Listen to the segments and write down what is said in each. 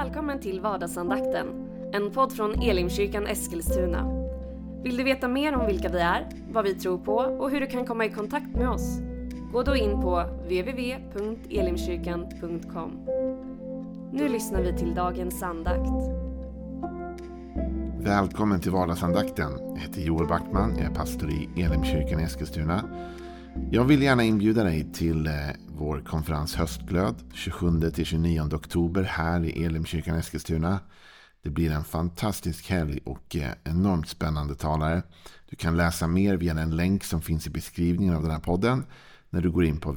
Välkommen till vardagsandakten, en podd från Elimkyrkan Eskilstuna. Vill du veta mer om vilka vi är, vad vi tror på och hur du kan komma i kontakt med oss? Gå då in på www.elimkyrkan.com. Nu lyssnar vi till dagens andakt. Välkommen till vardagsandakten. Jag heter Joel Backman, jag är pastor i Elimkyrkan Eskilstuna. Jag vill gärna inbjuda dig till vår konferens Höstglöd 27-29 oktober här i Elimkyrkan Eskilstuna. Det blir en fantastisk helg och enormt spännande talare. Du kan läsa mer via den länk som finns i beskrivningen av den här podden när du går in på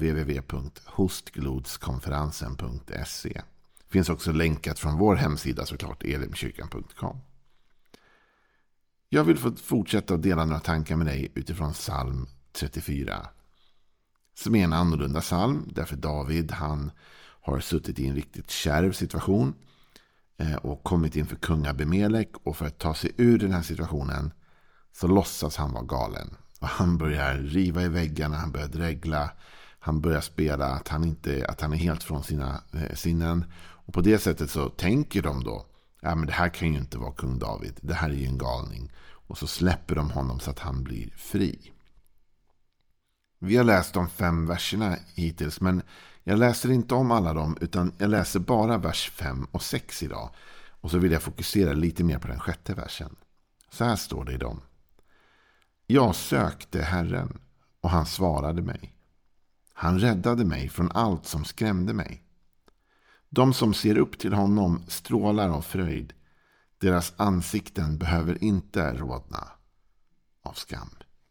www.hostglodskonferensen.se. Det finns också länkat från vår hemsida såklart, elimkyrkan.com. Jag vill få fortsätta att dela några tankar med dig utifrån psalm 34. Som är en annorlunda psalm, därför David han har suttit i en riktigt kärv situation och kommit inför kung Abimelek, och för att ta sig ur den här situationen så låtsas han vara galen. Och han börjar riva i väggarna, han börjar dregla, han börjar spela att han är helt från sina sinnen. Och på det sättet så tänker de då, ja men det här kan ju inte vara kung David, det här är ju en galning. Och så släpper de honom så att han blir fri. Vi har läst de 5 verserna hittills, men jag läser inte om alla dem utan jag läser bara vers 5 och 6 idag. Och så vill jag fokusera lite mer på den 6:e versen. Så här står det i dem. Jag sökte Herren och han svarade mig. Han räddade mig från allt som skrämde mig. De som ser upp till honom strålar av fröjd. Deras ansikten behöver inte rodna av skam.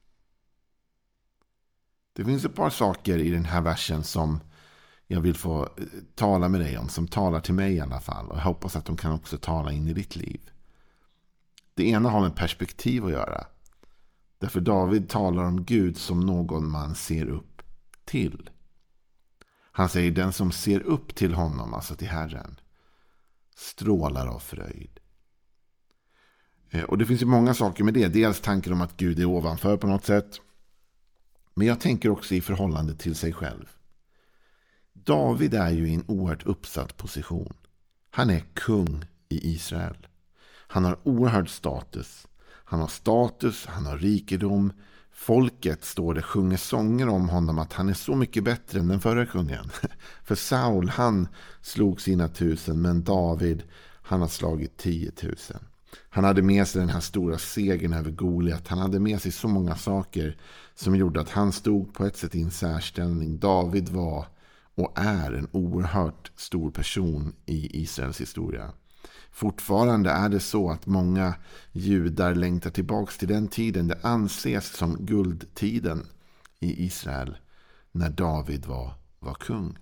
Det finns ett par saker i den här versen som jag vill få tala med dig om, som talar till mig i alla fall. Och jag hoppas att de kan också tala in i ditt liv. Det ena har med perspektiv att göra. Därför David talar om Gud som någon man ser upp till. Han säger den som ser upp till honom, alltså till Herren, strålar av fröjd. Och det finns ju många saker med det. Dels tanken om att Gud är ovanför på något sätt. Men jag tänker också i förhållande till sig själv. David är ju i en oerhört uppsatt position. Han är kung i Israel. Han har oerhörd status. Han har rikedom. Folket, står det, sjunger sånger om honom att han är så mycket bättre än den förra kungen. För Saul, han slog sina 1000, men David, han har slagit 10 000. Han hade med sig den här stora segern över Goliat. Han hade med sig så många saker som gjorde att han stod på ett sätt i en särställning. David var och är en oerhört stor person i Israels historia. Fortfarande är det så att många judar längtar tillbaka till den tiden. Det anses som guldtiden i Israel när David var kung.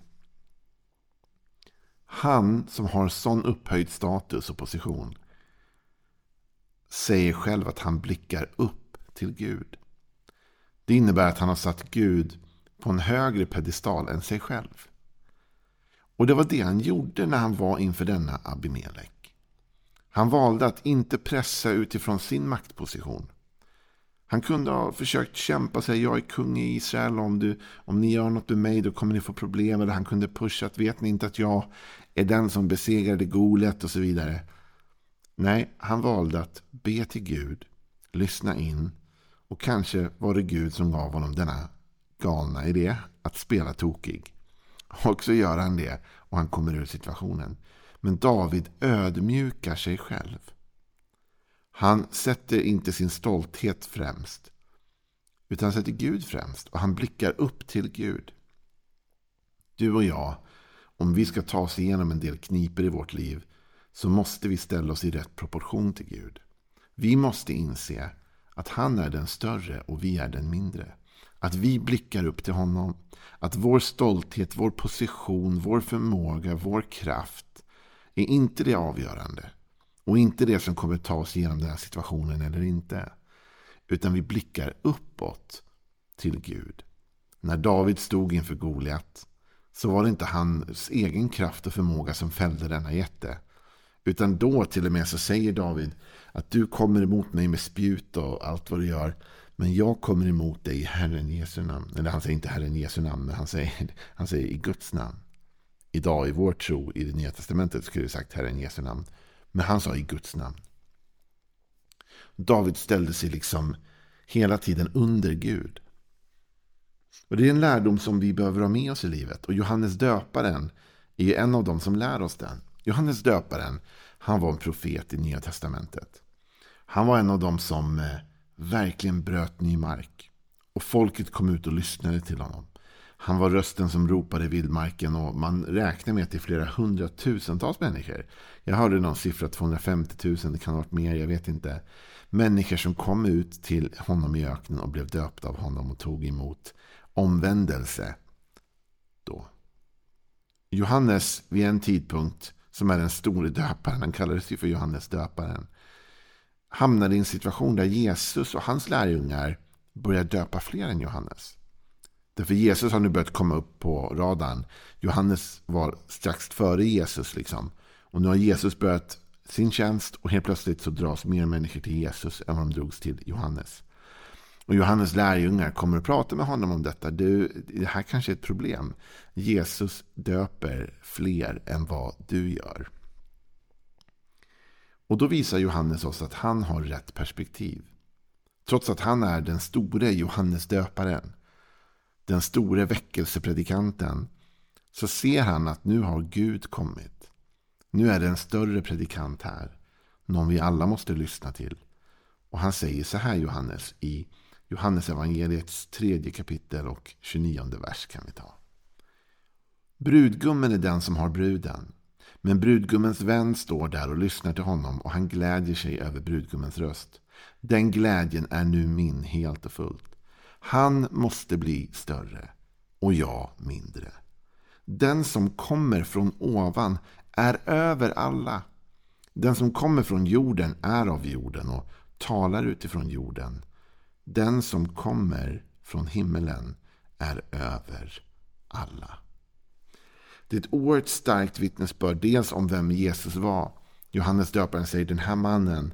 Han som har sån upphöjd status och position säger själv att han blickar upp till Gud. Det innebär att han har satt Gud på en högre pedestal än sig själv. Och det var det han gjorde när han var inför denna Abimelek. Han valde att inte pressa utifrån sin maktposition. Han kunde ha försökt kämpa sig, jag är kung i Israel, om ni gör något med mig då kommer ni få problem. Eller han kunde pusha att vet ni inte att jag är den som besegrade Goliat och så vidare. Nej, han valde att be till Gud, lyssna in, och kanske var det Gud som gav honom denna galna idé att spela tokig. Och så gör han det och han kommer ur situationen. Men David ödmjukar sig själv. Han sätter inte sin stolthet främst, utan sätter Gud främst, och han blickar upp till Gud. Du och jag, om vi ska ta oss igenom en del kniper i vårt liv, så måste vi ställa oss i rätt proportion till Gud. Vi måste inse att han är den större och vi är den mindre. Att vi blickar upp till honom. Att vår stolthet, vår position, vår förmåga, vår kraft är inte det avgörande. Och inte det som kommer ta oss igenom den här situationen eller inte. Utan vi blickar uppåt till Gud. När David stod inför Goliat så var det inte hans egen kraft och förmåga som fällde denna jätte. Utan då till och med så säger David att du kommer emot mig med spjut och allt vad du gör. Men jag kommer emot dig i Herren Jesu namn. Eller han säger inte Herren Jesu namn, men han säger i Guds namn. idag i vår tro i det nya testamentet skulle vi sagt Herren Jesu namn. Men han sa i Guds namn. David ställde sig liksom hela tiden under Gud. Och det är en lärdom som vi behöver ha med oss i livet. Och Johannes döparen är en av dem som lär oss den. Johannes döparen, han var en profet i Nya testamentet. Han var en av dem som verkligen bröt ny mark. Och folket kom ut och lyssnade till honom. Han var rösten som ropade i vildmarken och man räknar med att det är flera hundratusentals människor. Jag hörde någon siffra 250 000, det kan ha varit mer, jag vet inte. Människor som kom ut till honom i öknen och blev döpta av honom och tog emot omvändelse då. Johannes vid en tidpunkt, som är den store döparen, han kallades ju för Johannes döparen, hamnade i en situation där Jesus och hans lärjungar började döpa fler än Johannes. Därför Jesus har nu börjat komma upp på radarn. Johannes var strax före Jesus liksom. Och nu har Jesus börjat sin tjänst och helt plötsligt så dras mer människor till Jesus än vad de drogs till Johannes. Och Johannes lärjungar kommer att prata med honom om detta. Det här kanske är ett problem. Jesus döper fler än vad du gör. Och då visar Johannes oss att han har rätt perspektiv. Trots att han är den store Johannes döparen, den store väckelsepredikanten, så ser han att nu har Gud kommit. Nu är det en större predikant här. Någon vi alla måste lyssna till. Och han säger så här, Johannes, i Johannes evangeliets 3 kapitel och 29 vers kan vi ta. Brudgummen är den som har bruden. Men brudgummens vän står där och lyssnar till honom och han glädjer sig över brudgummens röst. Den glädjen är nu min helt och fullt. Han måste bli större och jag mindre. Den som kommer från ovan är över alla. Den som kommer från jorden är av jorden och talar utifrån jorden. Den som kommer från himmelen är över alla. Det är ett oerhört starkt vittnesbörd, dels om vem Jesus var. Johannes döparen säger, den här mannen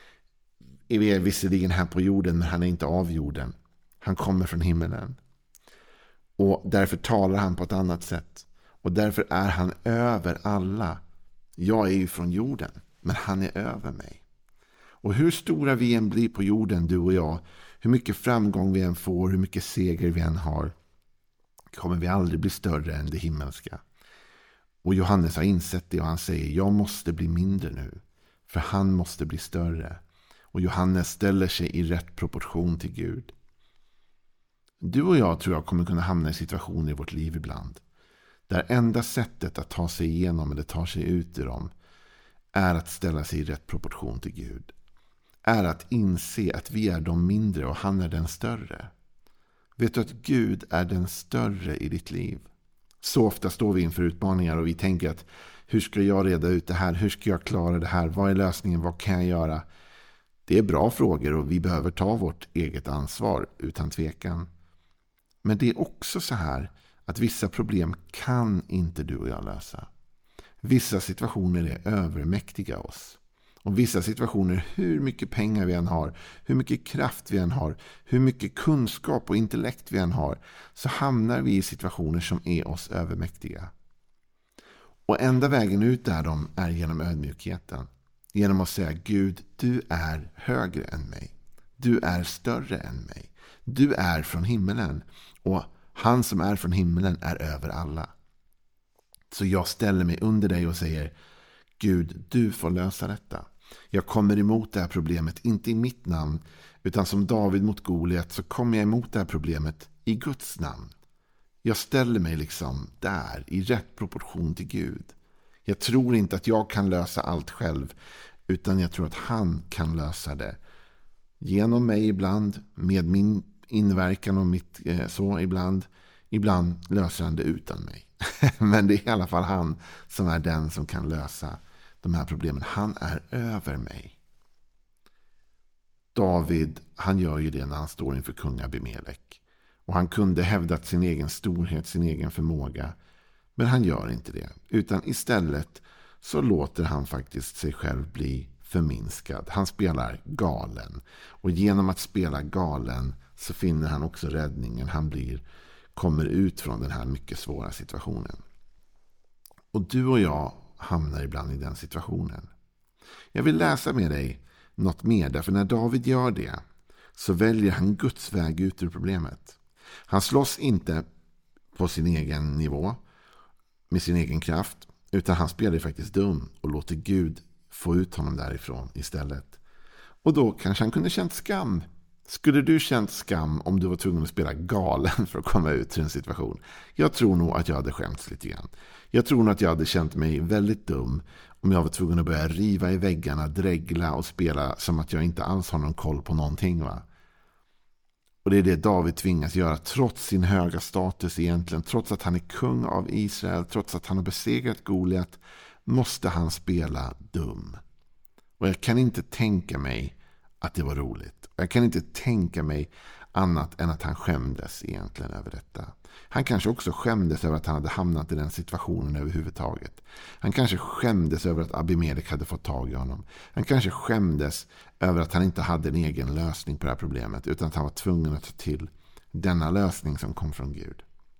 är visserligen här på jorden, men han är inte av jorden. Han kommer från himmelen. Och därför talar han på ett annat sätt. Och därför är han över alla. Jag är ju från jorden, men han är över mig. Och hur stora vi än blir på jorden, du och jag, hur mycket framgång vi än får, hur mycket seger vi än har, kommer vi aldrig bli större än det himmelska. Och Johannes har insett det och han säger, jag måste bli mindre nu, för han måste bli större. Och Johannes ställer sig i rätt proportion till Gud. Du och jag tror jag kommer kunna hamna i situationer i vårt liv ibland, där enda sättet att ta sig igenom eller ta sig ut ur dem är att ställa sig i rätt proportion till Gud. Är att inse att vi är de mindre och han är den större. Vet du att Gud är den större i ditt liv? Så ofta står vi inför utmaningar och vi tänker att hur ska jag reda ut det här? Hur ska jag klara det här? Vad är lösningen? Vad kan jag göra? Det är bra frågor och vi behöver ta vårt eget ansvar utan tvekan. Men det är också så här att vissa problem kan inte du och jag lösa. Vissa situationer är övermäktiga oss. Och vissa situationer, hur mycket pengar vi än har, hur mycket kraft vi än har, hur mycket kunskap och intellekt vi än har, så hamnar vi i situationer som är oss övermäktiga. Och enda vägen ut där de är genom ödmjukheten. Genom att säga, Gud, du är högre än mig. Du är större än mig. Du är från himmelen. Och han som är från himmelen är över alla. Så jag ställer mig under dig och säger, Gud, du får lösa detta. Jag kommer emot det här problemet, inte i mitt namn, utan som David mot Goliat så kommer jag emot det här problemet i Guds namn. Jag ställer mig liksom där, i rätt proportion till Gud. Jag tror inte att jag kan lösa allt själv, utan jag tror att han kan lösa det. Genom mig ibland, med min inverkan och mitt så ibland. Ibland löser han det utan mig. Men det är i alla fall han som är den som kan lösa de här problemen. Han är över mig. David, han gör ju det när han står inför kung Abimelek. Och han kunde hävdat sin egen storhet, sin egen förmåga. Men han gör inte det. Utan istället så låter han faktiskt sig själv bli förminskad. Han spelar galen. Och genom att spela galen så finner han också räddningen. Han kommer ut från den här mycket svåra situationen. Och du och jag hamnar ibland i den situationen. Jag vill läsa med dig något mer, därför när David gör det så väljer han Guds väg ut ur problemet. Han slåss inte på sin egen nivå med sin egen kraft, utan han spelar faktiskt dum och låter Gud få ut honom därifrån istället. Och då kanske han kunde känt skam. Skulle du känt skam om du var tvungen att spela galen för att komma ut ur en situation? Jag tror nog att jag hade skämts lite grann. Jag tror nog att jag hade känt mig väldigt dum om jag var tvungen att börja riva i väggarna, dregla och spela som att jag inte alls har någon koll på någonting, va? Och det är det David tvingas göra trots sin höga status egentligen. Trots att han är kung av Israel, trots att han har besegrat Goliat, måste han spela dum. Och jag kan inte tänka mig att det var roligt. Jag kan inte tänka mig annat än att han skämdes egentligen över detta. Han kanske också skämdes över att han hade hamnat i den situationen överhuvudtaget. Han kanske skämdes över att Abimelek hade fått tag i honom. Han kanske skämdes över att han inte hade en egen lösning på det här problemet, utan att han var tvungen att ta till denna lösning som kom från Gud.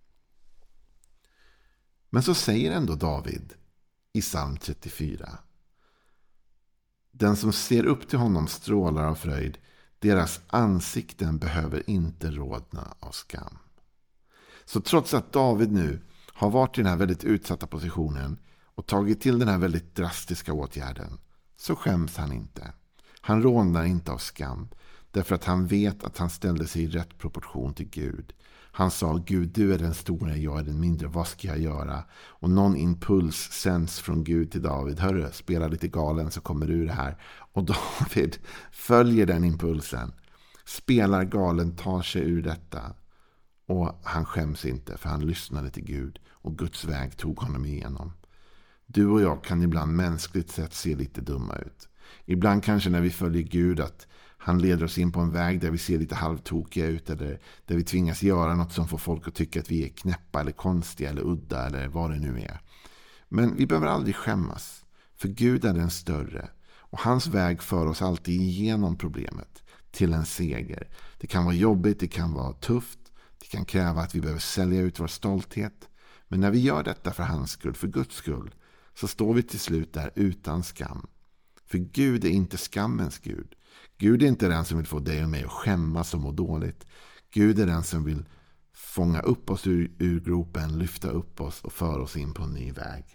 Men så säger ändå David i psalm 34: den som ser upp till honom strålar av fröjd, deras ansikten behöver inte rodna av skam. Så trots att David nu har varit i den här väldigt utsatta positionen och tagit till den här väldigt drastiska åtgärden, så skäms han inte. Han rodnar inte av skam, därför att han vet att han ställde sig i rätt proportion till Gud. Han sa: Gud, du är den stora, jag är den mindre, vad ska jag göra? Och någon impuls sänds från Gud till David: hörru, spela lite galen så kommer du ur det här. Och David följer den impulsen, spelar galen, tar sig ur detta. Och han skäms inte, för han lyssnade till Gud och Guds väg tog honom igenom. Du och jag kan ibland mänskligt sett se lite dumma ut. Ibland kanske när vi följer Gud att han leder oss in på en väg där vi ser lite halvtokiga ut, eller där vi tvingas göra något som får folk att tycka att vi är knäppa eller konstiga eller udda eller vad det nu är. Men vi behöver aldrig skämmas, för Gud är den större och hans väg för oss alltid igenom problemet till en seger. Det kan vara jobbigt, det kan vara tufft, det kan kräva att vi behöver sälja ut vår stolthet. Men när vi gör detta för hans skull, för Guds skull, så står vi till slut där utan skam. För Gud är inte skammens Gud. Gud är inte den som vill få dig och mig att skämmas och må dåligt. Gud är den som vill fånga upp oss ur gropen, lyfta upp oss och föra oss in på en ny väg.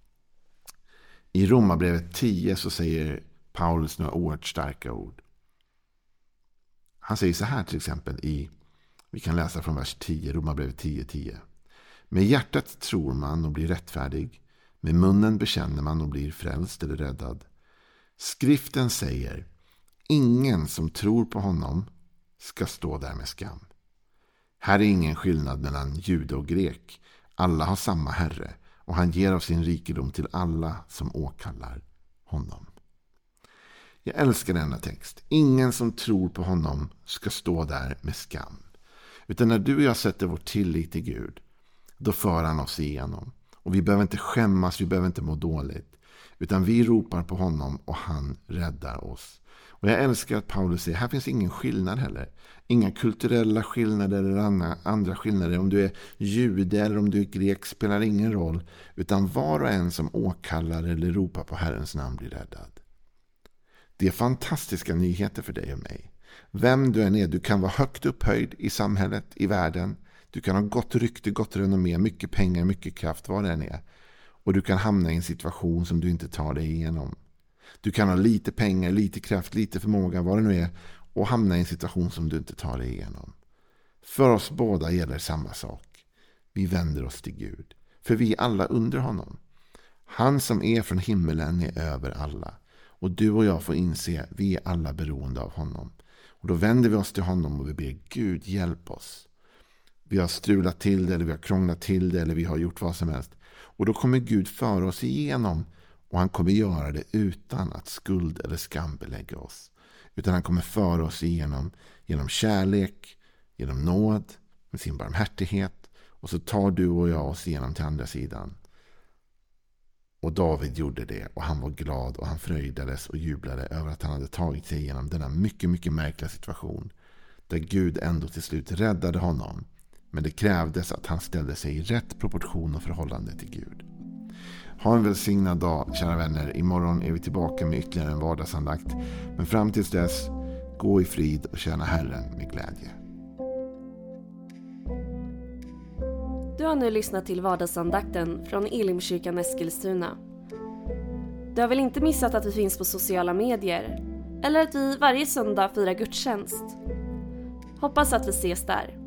I Romarbrevet 10 så säger Paulus några oerhört starka ord. Han säger så här till exempel vi kan läsa från vers 10, Romarbrevet 10:10. Med hjärtat tror man och blir rättfärdig. Med munnen bekänner man och blir frälst eller räddad. Skriften säger: ingen som tror på honom ska stå där med skam. Här är ingen skillnad mellan jude och grek. Alla har samma Herre och han ger av sin rikedom till alla som åkallar honom. Jag älskar denna text. Ingen som tror på honom ska stå där med skam. Utan när du och jag sätter vår tillit till Gud, då för han oss igenom. Och vi behöver inte skämmas, vi behöver inte må dåligt. Utan vi ropar på honom och han räddar oss. Och jag älskar att Paulus säger, här finns ingen skillnad heller. Inga kulturella skillnader eller andra skillnader. Om du är jude eller om du är grek spelar ingen roll. Utan var och en som åkallar eller ropar på Herrens namn blir räddad. Det är fantastiska nyheter för dig och mig. Vem du än är, du kan vara högt upphöjd i samhället, i världen. Du kan ha gott rykte, gott renommé, mycket pengar, mycket kraft, vad det än är. Och du kan hamna i en situation som du inte tar dig igenom. Du kan ha lite pengar, lite kraft, lite förmåga, vad det nu är, och hamna i en situation som du inte tar dig igenom. För oss båda gäller samma sak. Vi vänder oss till Gud. För vi är alla under honom. Han som är från himmelen är över alla. Och du och jag får inse, vi är alla beroende av honom. Och då vänder vi oss till honom och vi ber, Gud hjälp oss. Vi har strulat till det, eller vi har krånglat till det, eller vi har gjort vad som helst. Och då kommer Gud föra oss igenom. Och han kommer göra det utan att skuld eller skam belägga oss. Utan han kommer föra oss igenom genom kärlek, genom nåd, med sin barmhärtighet. Och så tar du och jag oss igenom till andra sidan. Och David gjorde det och han var glad och han fröjdades och jublade över att han hade tagit sig igenom denna mycket, mycket märkliga situation. Där Gud ändå till slut räddade honom. Men det krävdes att han ställde sig i rätt proportion och förhållande till Gud. Ha en välsignad dag, kära vänner. Imorgon är vi tillbaka med ytterligare en vardagsandakt. Men fram tills dess, gå i frid och tjäna Herren med glädje. Du har nu lyssnat till vardagsandakten från Elimkyrkan Eskilstuna. Du har väl inte missat att vi finns på sociala medier? Eller att vi varje söndag firar gudstjänst? Hoppas att vi ses där.